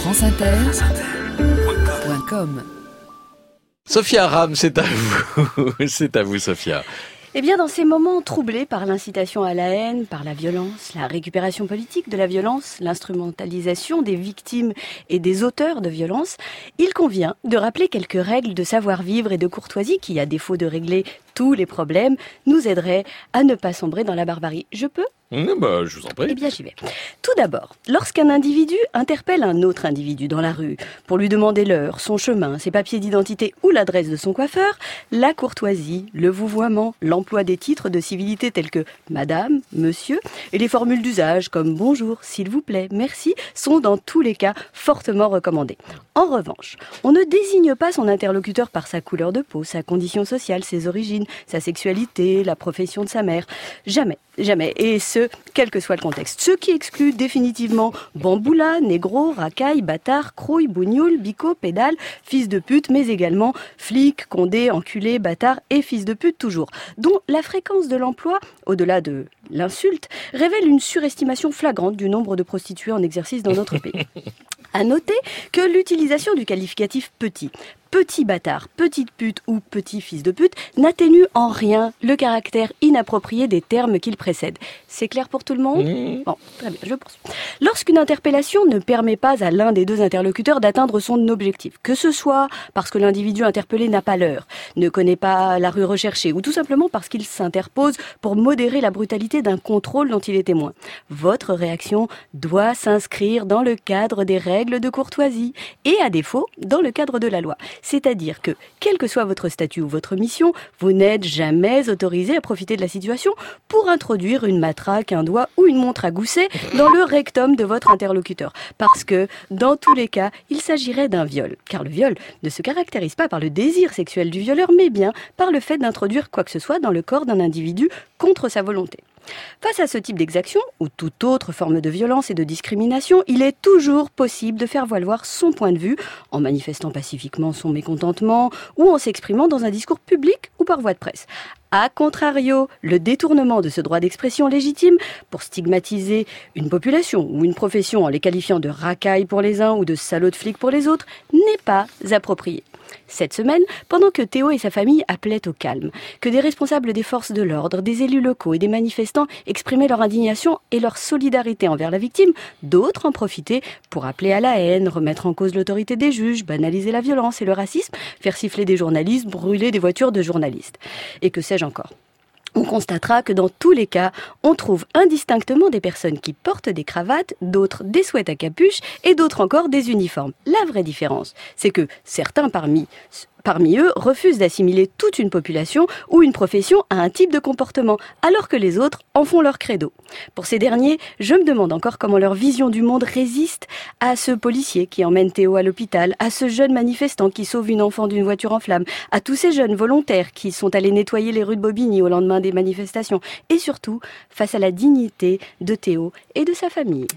franceinter.com. Sophia Aram, c'est à vous. C'est à vous, Sophia. Eh bien, dans ces moments troublés par l'incitation à la haine, par la violence, la récupération politique de la violence, l'instrumentalisation des victimes et des auteurs de violence, il convient de rappeler quelques règles de savoir-vivre et de courtoisie qui, à défaut de régler tous les problèmes, nous aideraient à ne pas sombrer dans la barbarie. Je peux ? Je vous en prie. Eh bien, j'y vais. Tout d'abord, lorsqu'un individu interpelle un autre individu dans la rue pour lui demander l'heure, son chemin, ses papiers d'identité ou l'adresse de son coiffeur, la courtoisie, le vouvoiement, l'emploi des titres de civilité tels que madame, monsieur et les formules d'usage comme bonjour, s'il vous plaît, merci sont dans tous les cas fortement recommandés. En revanche, on ne désigne pas son interlocuteur par sa couleur de peau, sa condition sociale, ses origines, sa sexualité, la profession de sa mère. Jamais. Et ce, quel que soit le contexte. Ce qui exclut définitivement bamboula, négro, racaille, bâtard, crouille, bougnoul, bico, pédale, fils de pute, mais également flic, condé, enculé, bâtard et fils de pute toujours. Dont la fréquence de l'emploi, au-delà de l'insulte, révèle une surestimation flagrante du nombre de prostituées en exercice dans notre pays. À noter que l'utilisation du qualificatif petit bâtard, petite pute ou petit fils de pute n'atténue en rien le caractère inapproprié des termes qu'il précède. C'est clair pour tout le monde ? Bon, très bien, je poursuis. Lorsqu'une interpellation ne permet pas à l'un des deux interlocuteurs d'atteindre son objectif, que ce soit parce que l'individu interpellé n'a pas l'heure, ne connaît pas la rue recherchée, ou tout simplement parce qu'il s'interpose pour modérer la brutalité d'un contrôle dont il est témoin, votre réaction doit s'inscrire dans le cadre des règles de courtoisie et, à défaut, dans le cadre de la loi. C'est-à-dire que, quel que soit votre statut ou votre mission, vous n'êtes jamais autorisé à profiter de la situation pour introduire une matraque, un doigt ou une montre à gousset dans le rectum de votre interlocuteur. Parce que, dans tous les cas, il s'agirait d'un viol. Car le viol ne se caractérise pas par le désir sexuel du violeur, mais bien par le fait d'introduire quoi que ce soit dans le corps d'un individu contre sa volonté. Face à ce type d'exaction, ou toute autre forme de violence et de discrimination, il est toujours possible de faire valoir son point de vue en manifestant pacifiquement son mécontentement ou en s'exprimant dans un discours public ou par voie de presse. A contrario, le détournement de ce droit d'expression légitime pour stigmatiser une population ou une profession en les qualifiant de racailles pour les uns ou de salauds de flics pour les autres n'est pas approprié. Cette semaine, pendant que Théo et sa famille appelaient au calme, que des responsables des forces de l'ordre, des élus locaux et des manifestants exprimaient leur indignation et leur solidarité envers la victime, d'autres en profitaient pour appeler à la haine, remettre en cause l'autorité des juges, banaliser la violence et le racisme, faire siffler des journalistes, brûler des voitures de journalistes. Et que sais-je encore ? On constatera que dans tous les cas, on trouve indistinctement des personnes qui portent des cravates, d'autres des sweats à capuche et d'autres encore des uniformes. La vraie différence, c'est que certains parmi eux refusent d'assimiler toute une population ou une profession à un type de comportement, alors que les autres en font leur credo. Pour ces derniers, je me demande encore comment leur vision du monde résiste à ce policier qui emmène Théo à l'hôpital, à ce jeune manifestant qui sauve une enfant d'une voiture en flammes, à tous ces jeunes volontaires qui sont allés nettoyer les rues de Bobigny au lendemain des manifestations, et surtout face à la dignité de Théo et de sa famille.